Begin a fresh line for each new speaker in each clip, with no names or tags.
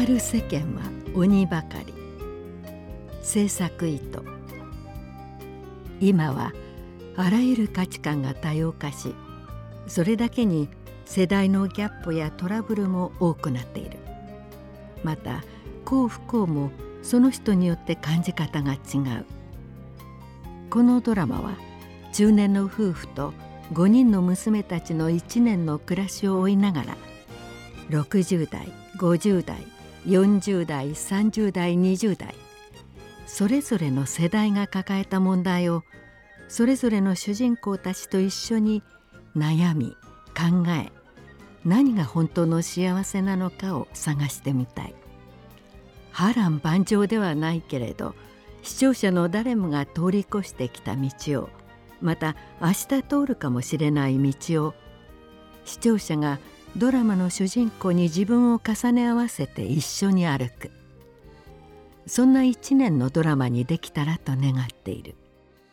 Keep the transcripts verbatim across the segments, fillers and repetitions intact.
たる世間は鬼ばかり。制作意図。今はあらゆる価値観が多様化し、それだけに世代のギャップやトラブルも多くなっている。また幸不幸もその人によって感じ方が違う。このドラマは中年の夫婦とごにんの娘たちのいちねんの暮らしを追いながら、ろくじゅう代、ごじゅう代、よんじゅう代、さんじゅう代、にじゅう代、それぞれの世代が抱えた問題をそれぞれの主人公たちと一緒に悩み考え、何が本当の幸せなのかを探してみたい。波乱万丈ではないけれど、視聴者の誰もが通り越してきた道を、また明日通るかもしれない道を、視聴者がドラマの主人公に自分を重ね合わせて一緒に歩く、そんな一年のドラマにできたらと願っている。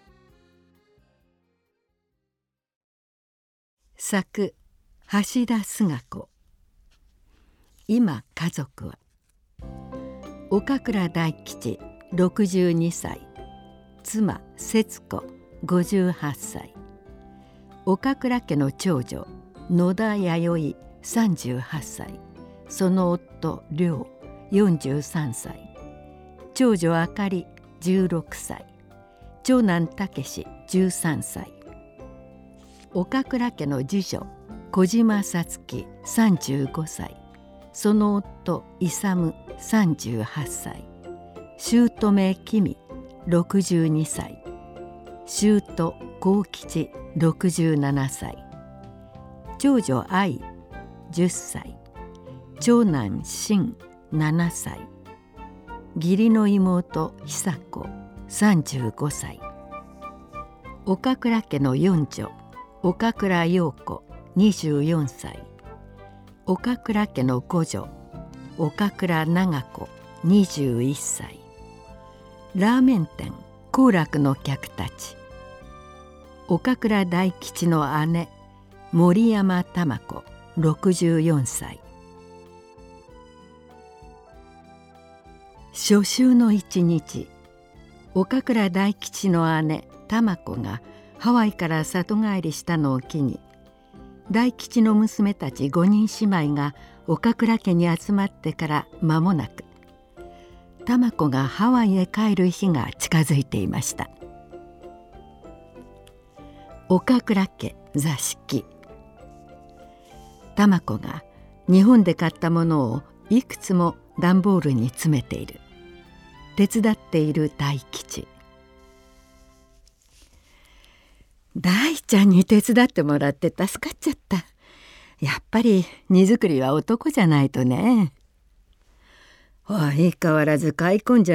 作橋田壽賀子。今家族は。岡倉大吉ろくじゅうにさい、妻節子ごじゅうはっさい、岡倉家の長女野田弥生さんじゅうはっさい、その夫良よんじゅうさんさい、長女あかりじゅうろくさい、長男武志じゅうさんさい、岡倉家の次女小島さつきさんじゅうごさい、その夫勇さんじゅうはっさい、姑君ろくじゅうにさい、舅幸吉ろくじゅうななさい、長女愛じゅっさい、長男真ななさい、義理の妹久子さんじゅうごさい、岡倉家の四女岡倉陽子にじゅうよんさい、岡倉家の五女岡倉長子にじゅういっさい、ラーメン店幸楽の客たち、岡倉大吉の姉森山珠子ろくじゅうよんさい。初秋の一日、岡倉大吉の姉珠子がハワイから里帰りしたのを機に、大吉の娘たちごにん姉妹が岡倉家に集まってから間もなく、珠子がハワイへ帰る日が近づいていました。岡倉家座敷。珠子が日本で買ったものをいくつも段ボールに詰めている。手伝っている大吉。大ちゃんに手伝ってもらって助かっちゃった。やっぱり荷造りは男じゃないとね。相変わらず買い込んじゃって。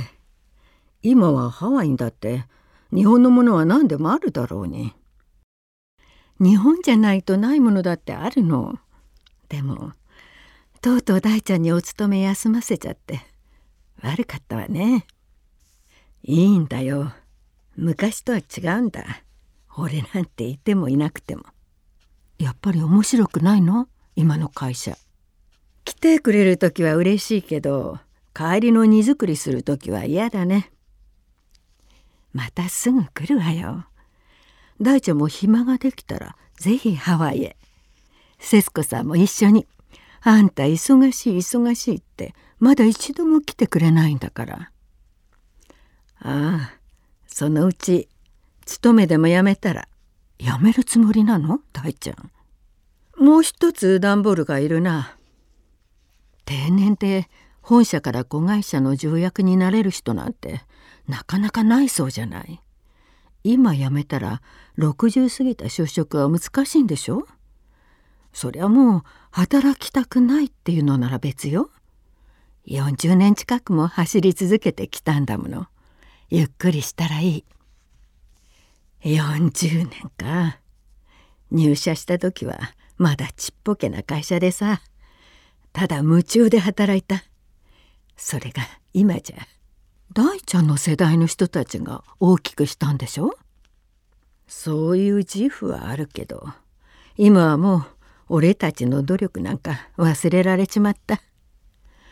今はハワイにだって日本のものは何でもあるだろうに。日本じゃないとないものだってあるの。でもとうとう大ちゃんにお勤め休ませちゃって悪かったわね。いいんだよ。昔とは違うんだ。俺なんていてもいなくても。やっぱり面白くないの？今の会社。来てくれる時は嬉しいけど、帰りの荷造りする時は嫌だね。またすぐ来るわよ。大ちゃんも暇ができたらぜひハワイへ。節子さんも一緒に。あんた忙しい忙しいってまだ一度も来てくれないんだから。ああ、そのうち勤めでも辞めたら。辞めるつもりなの？大ちゃん。もう一つ段ボールがいるな。定年で本社から子会社の重役になれる人なんてなかなかないそうじゃない。今辞めたらろくじゅう過ぎた就職は難しいんでしょ？そりゃもう働きたくないっていうのなら別よ。よんじゅうねん近くも走り続けてきたんだもの。ゆっくりしたらいい。よんじゅうねんか。入社した時はまだちっぽけな会社でさ、ただ夢中で働いた。それが今じゃ。大ちゃんの世代の人たちが大きくしたんでしょ？そういう自負はあるけど、今はもう俺たちの努力なんか忘れられちまった。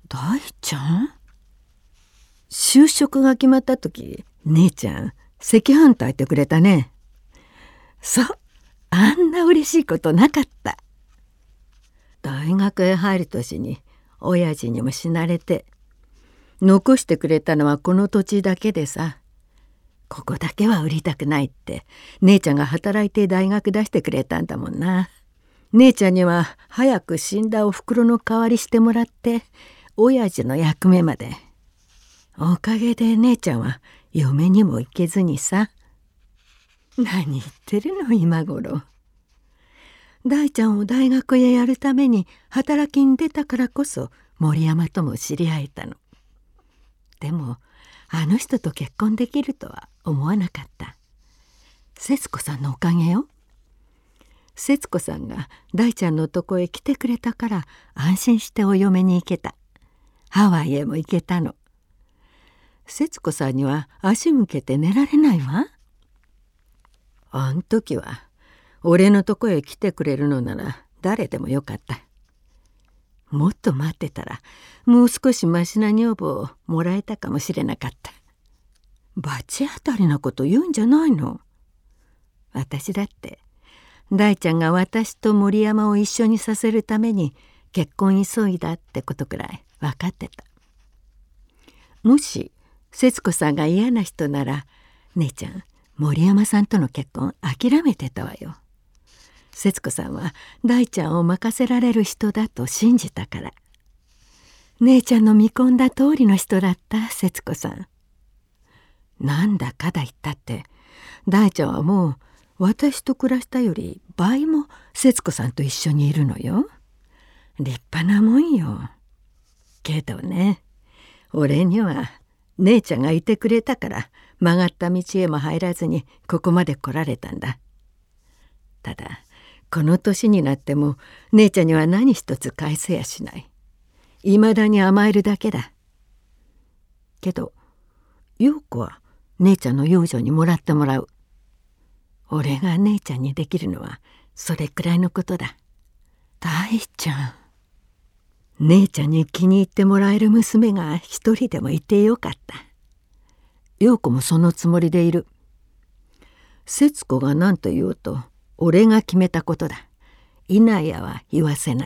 大ちゃん？就職が決まった時、姉ちゃん赤飯炊いてくれたね。そう、あんな嬉しいことなかった。大学へ入る年に親父にも死なれて、残してくれたのはこの土地だけでさ、ここだけは売りたくないって姉ちゃんが働いて大学出してくれたんだもんな。姉ちゃんには早く死んだおふくろの代わりしてもらって、親父の役目まで。おかげで姉ちゃんは嫁にも行けずにさ。何言ってるの今頃。大ちゃんを大学へやるために働きに出たからこそ森山とも知り合えたの。でもあの人と結婚できるとは思わなかった。節子さんのおかげよ。節子さんが大ちゃんのとこへ来てくれたから安心してお嫁に行けた。ハワイへも行けたの。節子さんには足向けて寝られないわ。あん時は俺のとこへ来てくれるのなら誰でもよかった。もっと待ってたらもう少しマシな女房をもらえたかもしれなかった。罰当たりなこと言うんじゃないの。私だって大ちゃんが私と森山を一緒にさせるために結婚急いだってことくらい分かってた。もし節子さんが嫌な人なら姉ちゃん森山さんとの結婚諦めてたわよ。節子さんは大ちゃんを任せられる人だと信じたから。姉ちゃんの見込んだ通りの人だった節子さん。なんだかだ言ったって大ちゃんはもう私と暮らしたより倍も節子さんと一緒にいるのよ。立派なもんよ。けどね、俺には姉ちゃんがいてくれたから曲がった道へも入らずにここまで来られたんだ。ただこの年になっても姉ちゃんには何一つ返せやしない。いまだに甘えるだけだ。けど陽子は姉ちゃんの養女にもらってもらう。俺が姉ちゃんにできるのはそれくらいのことだ。大ちゃん、姉ちゃんに気に入ってもらえる娘が一人でもいてよかった。陽子もそのつもりでいる。節子が何と言おうと俺が決めたことだ。稲谷は言わせない。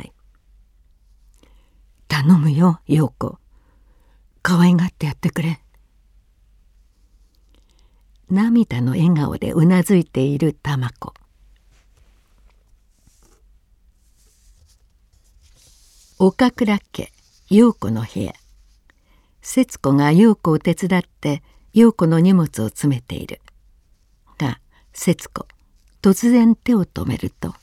頼むよ陽子、可愛がってやってくれ。涙の笑顔でうなずいている玉子。岡倉家陽子の部屋。節子が陽子を手伝って陽子の荷物を詰めているが、節子突然手を止めると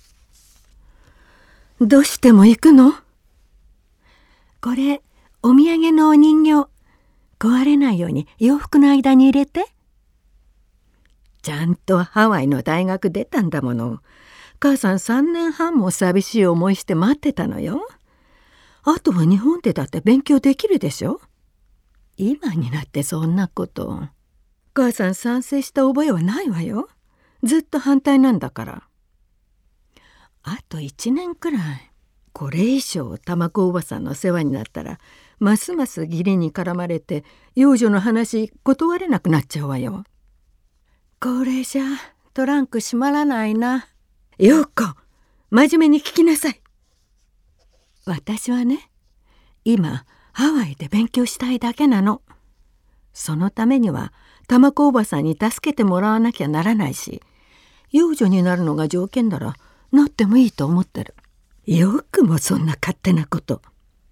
「どうしても行くの？これお土産のお人形、壊れないように洋服の間に入れて。ちゃんとハワイの大学出たんだもの。母さんさんねんはんも寂しい思いして待ってたのよ。あとは日本でだって勉強できるでしょ。今になってそんなこと。母さん賛成した覚えはないわよ。ずっと反対なんだから。あといちねんくらい。これ以上玉子おばさんの世話になったらますます義理に絡まれて養女の話断れなくなっちゃうわよ。これじゃトランク閉まらないな。陽子、真面目に聞きなさい。私はね、今ハワイで勉強したいだけなの。そのためには玉子おばさんに助けてもらわなきゃならないし、養女になるのが条件ならなってもいいと思ってる。よくもそんな勝手なこと。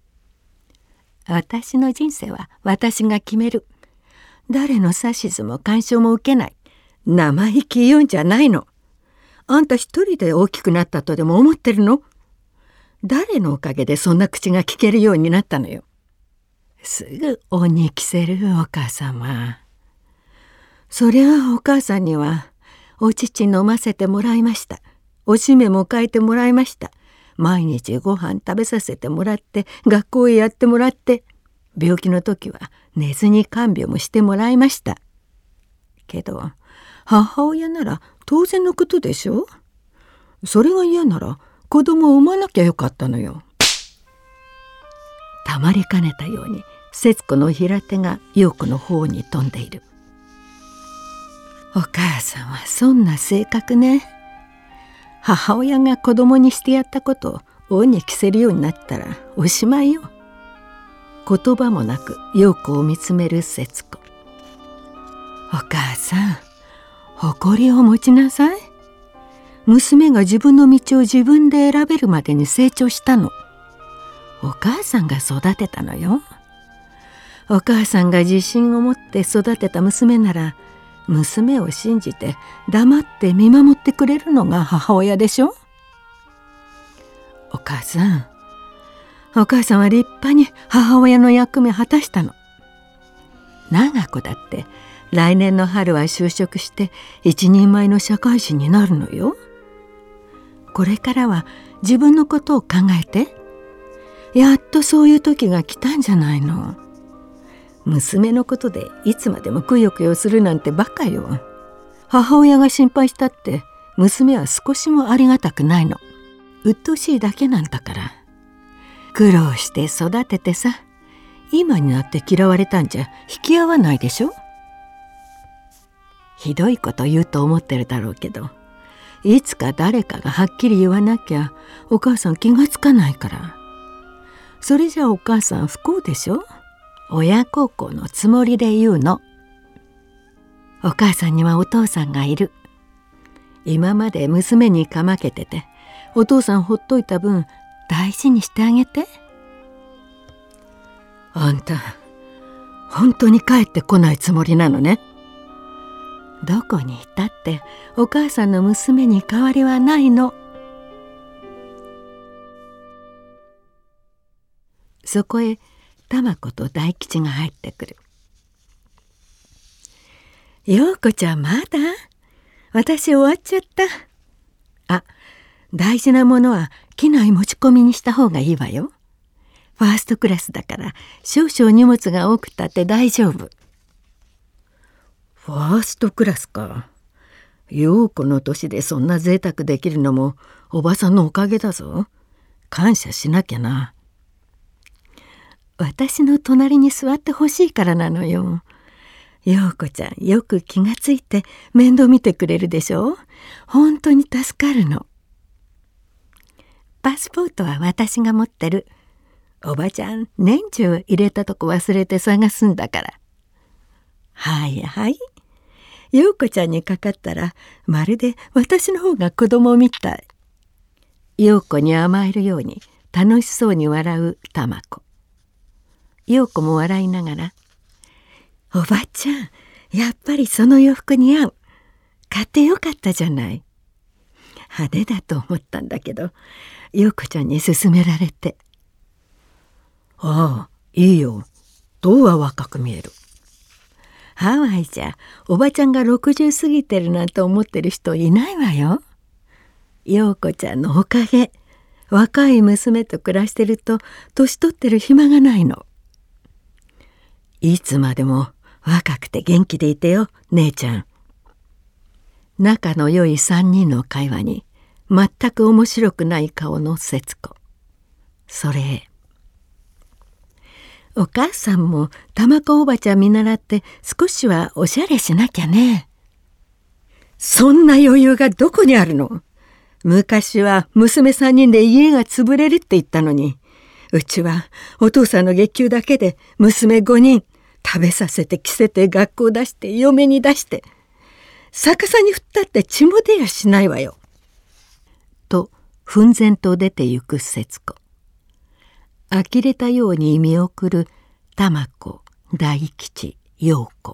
私の人生は私が決める。誰の指図も干渉も受けない。生意気言うんじゃないの。あんた一人で大きくなったとでも思ってるの？誰のおかげでそんな口が聞けるようになったのよ。すぐ恩に着せるお母様。そりゃお母さんにはお乳飲ませてもらいました。おしめも替えてもらいました。毎日ご飯食べさせてもらって学校へやってもらって、病気の時は寝ずに看病もしてもらいました。けど母親なら当然のことでしょ。それが嫌なら子供を産まなきゃよかったのよ。 たまりかねたように節子の平手が陽子の方に飛んでいる。お母さんはそんな性格ね。母親が子供にしてやったことを恩に着せるようになったらおしまいよ。言葉もなく陽子を見つめる節子。お母さん、誇りを持ちなさい。娘が自分の道を自分で選べるまでに成長したの。お母さんが育てたのよ。お母さんが自信を持って育てた娘なら、娘を信じて黙って見守ってくれるのが母親でしょ。お母さん、お母さんは立派に母親の役目果たしたの。長子だって来年の春は就職して一人前の社会人になるのよ。これからは自分のことを考えて。やっとそういう時が来たんじゃないの。娘のことでいつまでもくよくよするなんてバカよ。母親が心配したって娘は少しもありがたくないの。鬱陶しいだけなんだから。苦労して育ててさ、今になって嫌われたんじゃ引き合わないでしょ。ひどいこと言うと思ってるだろうけど、いつか誰かがはっきり言わなきゃお母さん気がつかないから。それじゃお母さん不幸でしょ。親孝行のつもりで言うの。お母さんにはお父さんがいる。今まで娘にかまけてて、お父さんほっといた分大事にしてあげて。あんた本当に帰ってこないつもりなのね。どこにいたってお母さんの娘に変わりはないの。そこへ玉子と大吉が入ってくる。陽子ちゃんまだ？私終わっちゃった。あ、大事なものは機内持ち込みにした方がいいわよ。ファーストクラスだから少々荷物が多くたって大丈夫。ファーストクラスか。陽子の年でそんな贅沢できるのもおばさんのおかげだぞ。感謝しなきゃな。私の隣に座ってほしいからなのよ。陽子ちゃんよく気がついて面倒見てくれるでしょ。本当に助かるの。パスポートは私が持ってる。おばちゃん年中入れたとこ忘れて探すんだから。はいはい。陽子ちゃんにかかったらまるで私の方が子供みたい。陽子に甘えるように楽しそうに笑う玉子。陽子も笑いながら、おばちゃんやっぱりその洋服似合う。買ってよかったじゃない。派手だと思ったんだけど陽子ちゃんに勧められて。ああいいよ。どうは若く見える。ハワイじゃおばちゃんがろくじゅう過ぎてるなんて思ってる人いないわよ。陽子ちゃんのおかげ。若い娘と暮らしてると年取ってる暇がないの。いつまでも若くて元気でいてよ姉ちゃん。仲の良い三人の会話に全く面白くない顔の節子。それお母さんも玉子おばちゃん見習って少しはおしゃれしなきゃね。そんな余裕がどこにあるの。昔は娘三人で家が潰れるって言ったのに、うちはお父さんの月給だけで娘五人食べさせて着せて学校出して嫁に出して、逆さに振ったって血も出やしないわよ。と奮然と出てゆく節子。呆れたように見送る玉子、大吉、陽子。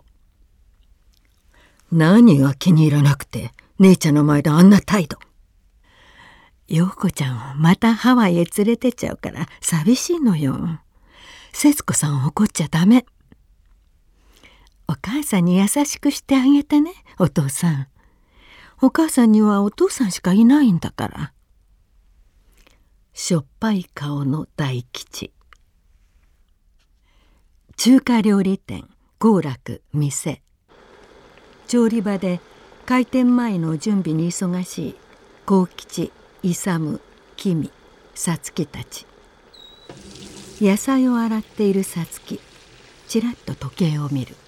何が気に入らなくて姉ちゃんの前であんな態度。陽子ちゃんをまたハワイへ連れてっちゃうから寂しいのよ。節子さん怒っちゃダメ。お母さんに優しくしてあげてねお父さん。お母さんにはお父さんしかいないんだから。しょっぱい顔の大吉。中華料理店幸楽店。調理場で開店前の準備に忙しい幸吉、勇、君、さつきたち。 野菜を洗っているさつき、ちらっと時計を見る。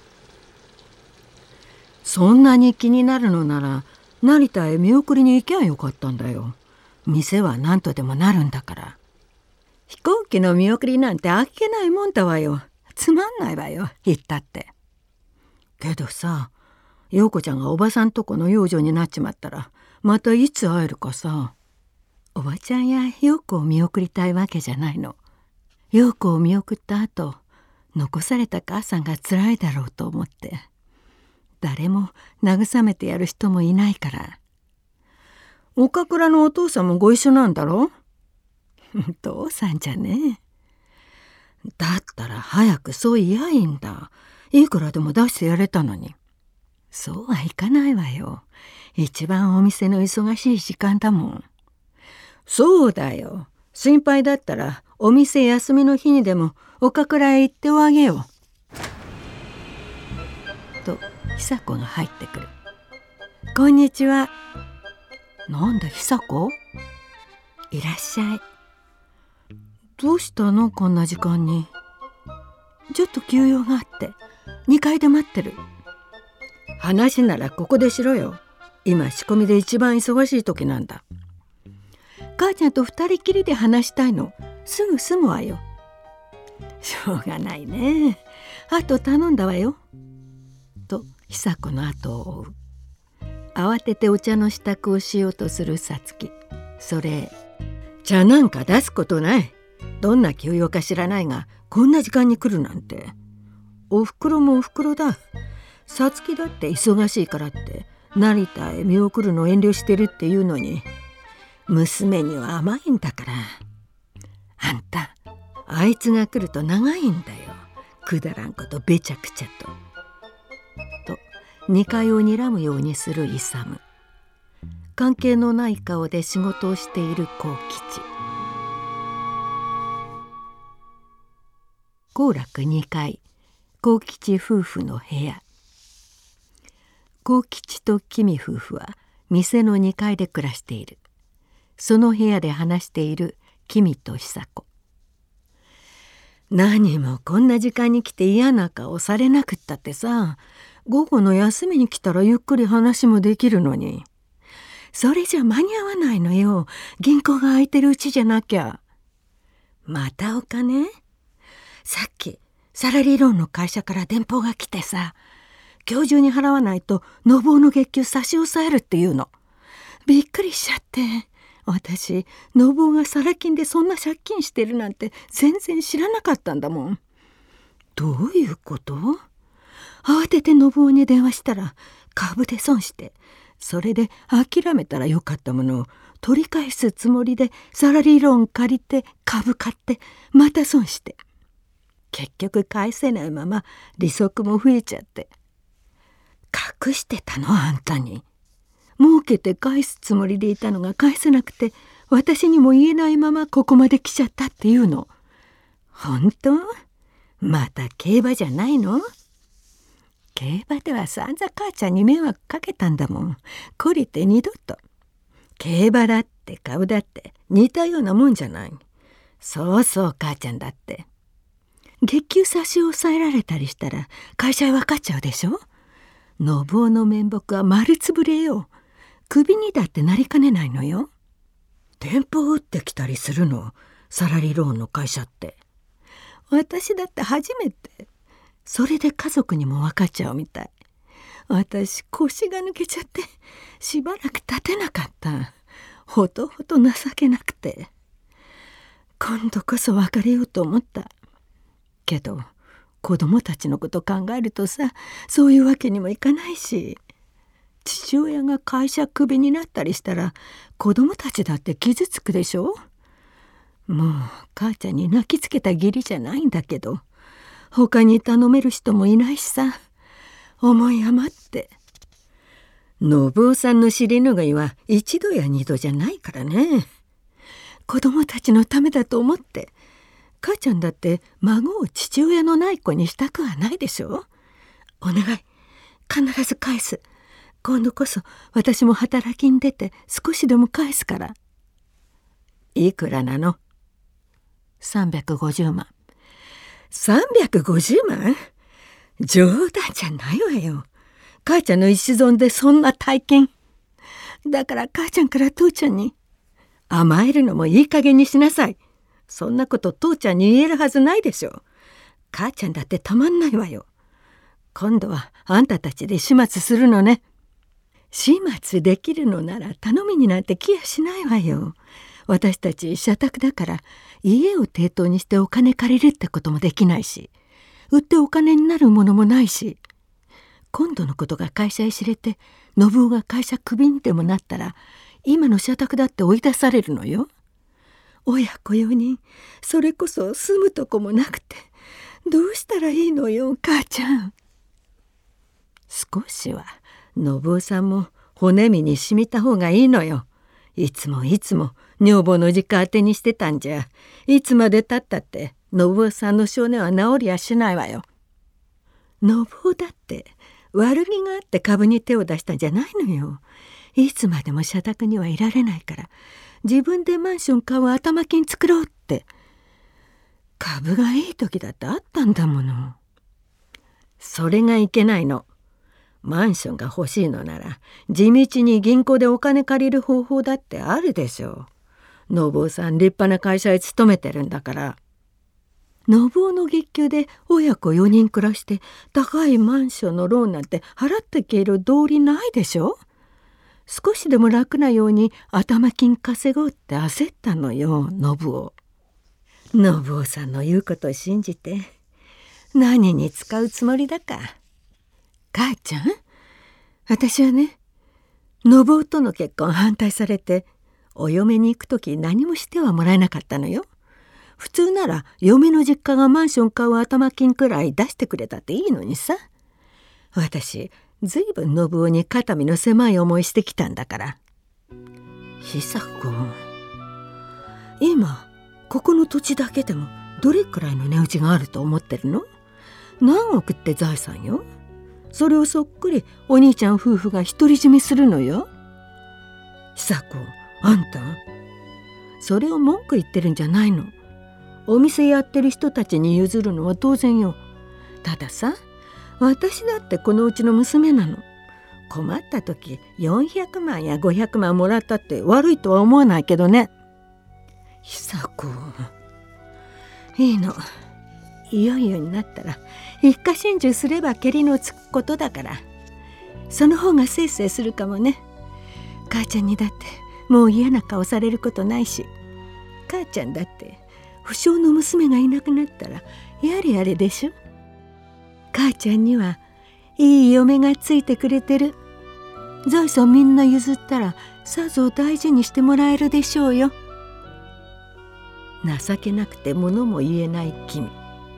そんなに気になるのなら成田へ見送りに行きゃよかったんだよ。店は何とでもなるんだから。飛行機の見送りなんてあっけないもんだわよ。つまんないわよ、言ったって。けどさ、陽子ちゃんがおばさんとこの養女になっちまったらまたいつ会えるかさ。おばちゃんや陽子を見送りたいわけじゃないの。陽子を見送った後、残された母さんがつらいだろうと思って。誰も慰めてやる人もいないから。岡倉のお父さんもご一緒なんだろ。父さんじゃねえ。だったら早くそう言やいいんだ。いくらでも出してやれたのに。そうはいかないわよ。一番お店の忙しい時間だもん。そうだよ。心配だったらお店休みの日にでも岡倉へ行っておあげよう。と久子が入ってくる。こんにちは。なんだ久子？いらっしゃい。どうしたのこんな時間に。ちょっと急用があってにかいで待ってる。話ならここでしろよ。今仕込みで一番忙しい時なんだ。母ちゃんと二人きりで話したいの。すぐ済むわよ。しょうがないね。あと頼んだわよ。と久子の後を追う。慌ててお茶の支度をしようとするさつき。それ茶なんか出すことない。どんな急用か知らないがこんな時間に来るなんて。おふくろもおふくろだ。さつきだって忙しいからって成田へ見送るの遠慮してるっていうのに、娘には甘いんだから。あんたあいつが来ると長いんだよ。くだらんことべちゃくちゃと。とにかいを睨むようにする勇。関係のない顔で仕事をしている幸吉。幸楽にかい、幸吉夫婦の部屋。幸吉と君夫婦は店のにかいで暮らしている。その部屋で話している君と久子。何もこんな時間に来て嫌な顔されなくったってさ、午後の休みに来たらゆっくり話もできるのに。それじゃ間に合わないのよ。銀行が空いてるうちじゃなきゃ。またお金？さっきサラリーローンの会社から電報が来てさ、今日中に払わないと信夫の月給差し押さえるっていうの。びっくりしちゃって。私信夫がサラ金でそんな借金してるなんて全然知らなかったんだもん。どういうこと？慌てて信夫に電話したら株で損して、それで諦めたらよかったものを取り返すつもりでサラリーローン借りて株買ってまた損して、結局返せないまま利息も増えちゃって。隠してたのあんたに。儲けて返すつもりでいたのが返せなくて、私にも言えないままここまで来ちゃったっていうの。本当？また競馬じゃないの？競馬ではさんざ母ちゃんに迷惑かけたんだもん。懲りて二度と。競馬だって株だって似たようなもんじゃない。そうそう母ちゃんだって。月給差し押さえられたりしたら会社へ分かっちゃうでしょ。信夫の面目は丸つぶれよ。首にだってなりかねないのよ。電報打ってきたりするの、サラリーローンの会社って。私だって初めて。それで家族にも分かっちゃうみたい。私腰が抜けちゃってしばらく立てなかった。ほとほと情けなくて。今度こそ別れようと思った。けど子供たちのこと考えるとさ、そういうわけにもいかないし。父親が会社クビになったりしたら子供たちだって傷つくでしょ。もう母ちゃんに泣きつけた義理じゃないんだけど、他に頼める人もいないしさ、思い余って。信夫さんの尻拭いは一度や二度じゃないからね。子供たちのためだと思って。母ちゃんだって孫を父親のない子にしたくはないでしょ。お願い、必ず返す。今度こそ私も働きに出て少しでも返すから。いくらなの？さんびゃくごじゅうまん。 さんびゃくごじゅうまん？冗談じゃないわよ。母ちゃんの一存でそんな大金。だから母ちゃんから父ちゃんに甘えるのもいい加減にしなさい。そんなこと父ちゃんに言えるはずないでしょ。母ちゃんだってたまんないわよ。今度はあんたたちで始末するのね。始末できるのなら頼みになんて来やしないわよ。私たち社宅だから家を抵当にしてお金借りるってこともできないし、売ってお金になるものもないし、今度のことが会社へ知れて信夫が会社クビにでもなったら今の社宅だって追い出されるのよ。親子よにん、それこそ住むとこもなくてどうしたらいいのよ母ちゃん。少しは信夫さんも骨身に染みた方がいいのよ。いつもいつも女房の実家当てにしてたんじゃ、いつまでたったって信夫さんの性根は治りやしないわよ。信夫だって悪気があって株に手を出したんじゃないのよ。いつまでも社宅にはいられないから自分でマンション買う頭金作ろうって。株がいい時だってあったんだもの。それがいけないの。マンションが欲しいのなら地道に銀行でお金借りる方法だってあるでしょう。信夫さん立派な会社へ勤めてるんだから。信夫の月給で親子よにん暮らして高いマンションのローンなんて払ってける道理ないでしょ。少しでも楽なように頭金稼ごうって焦ったのよ信夫。信夫さんの言うことを信じて何に使うつもりだか。母ちゃん、私はね、信夫との結婚反対されてお嫁に行く時何もしてはもらえなかったのよ。普通なら嫁の実家がマンション買う頭金くらい出してくれたっていいのにさ。私ずいぶん信夫に肩身の狭い思いしてきたんだから。久子、今ここの土地だけでもどれくらいの値打ちがあると思ってるの？何億って財産よ。それをそっくりお兄ちゃん夫婦が独り占めするのよ。久子、あんたそれを文句言ってるんじゃないの。お店やってる人たちに譲るのは当然よ。たださ、私だってこのうちの娘なの。困った時よんひゃくまんやごひゃくまんもらったって悪いとは思わないけどね。久子、いいの。いよいよになったら一家心中すればけりのつくことだから、その方がせいせいするかもね。母ちゃんにだってもう嫌な顔されることないし、母ちゃんだって不肖の娘がいなくなったらやれやれでしょ。母ちゃんにはいい嫁がついてくれてる。財産みんな譲ったらさぞ大事にしてもらえるでしょうよ。情けなくて物も言えない君。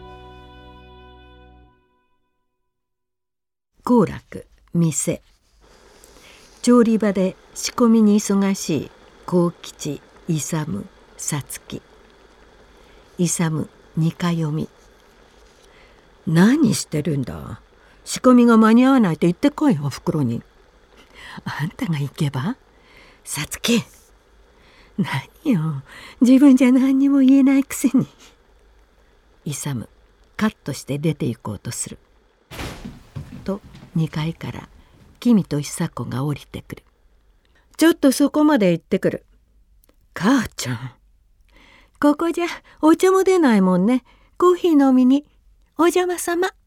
好楽、店。調理場で仕込みに忙しい幸吉、勇、さつき。勇、二回読み。何してるんだ。仕込みが間に合わないと言ってこい、おふくろに。あんたが行けば。さつき、何よ、自分じゃ何にも言えないくせに。勇、カットして出て行こうとすると、にかいから君と久子が降りてくる。ちょっとそこまで行ってくる。母ちゃん、ここじゃお茶も出ないもんね。コーヒー飲みに。お邪魔さま。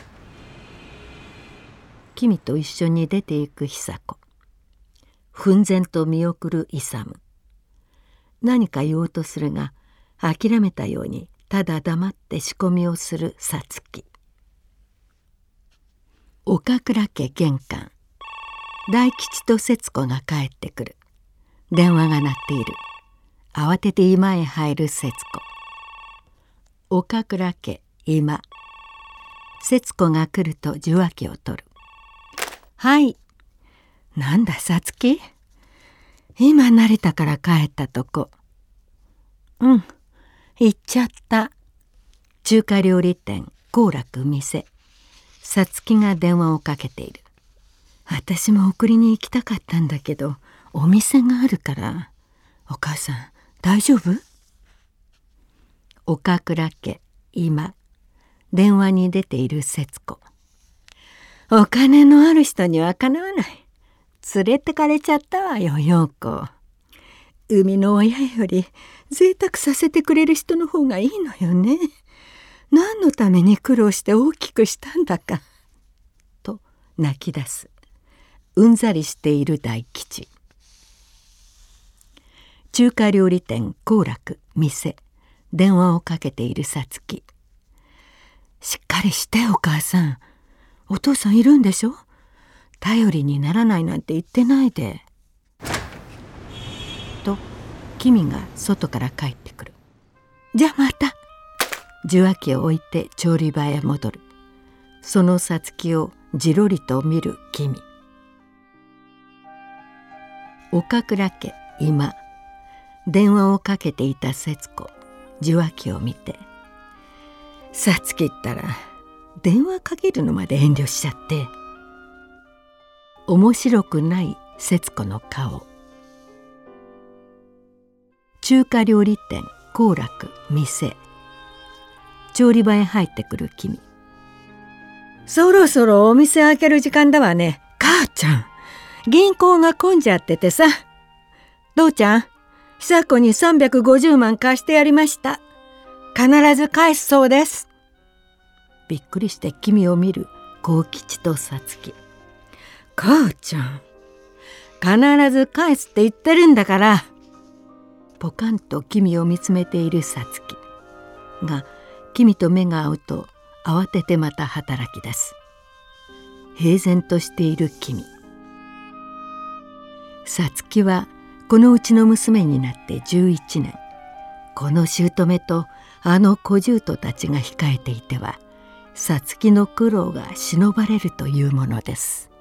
君と一緒に出て行く久子。奮然と見送る勇。何か言おうとするが諦めたようにただ黙って仕込みをするさつき。岡倉家玄関。大吉と節子が帰ってくる。電話が鳴っている。慌てて居間へ入る節子。岡倉家居間。節子が来ると受話器を取る。はい。なんださつき、今成田から帰ったとこ。うん、行っちゃった。中華料理店好楽店。さつきが電話をかけている。私も送りに行きたかったんだけどお店があるから。お母さん大丈夫？岡倉家今。 電話に出ている節子。お金のある人にはかなわない。連れてかれちゃったわよ、陽子。生みの親より贅沢させてくれる人の方がいいのよね。何のために苦労して大きくしたんだか。と泣き出す。うんざりしている大吉。中華料理店幸楽店。電話をかけているさつき。しっかりしてお母さん。お父さんいるんでしょ。頼りにならないなんて言ってないで。とキミが外から帰ってくる。じゃあまた。受話器を置いて調理場へ戻る。そのさつきをじろりと見るキミ。岡倉家今。電話をかけていた節子。受話器を見て、さつきったら電話かけるのまで遠慮しちゃって。面白くない節子の顔。中華料理店幸楽店。調理場へ入ってくる君。そろそろお店開ける時間だわね。母ちゃん、銀行が混んじゃっててさ。父ちゃん、久子にさんびゃくごじゅうまん貸してやりました。必ず返すそうです。びっくりして君を見る幸吉とさつき。母ちゃん、必ず返すって言ってるんだから。ポカンと君を見つめているさつきが、君と目が合うと慌ててまた働き出す。平然としている君。さつきはこのうちの娘になってじゅういちねん。この姑とあの小姑たちが控えていては、さつきの苦労が忍ばれるというものです。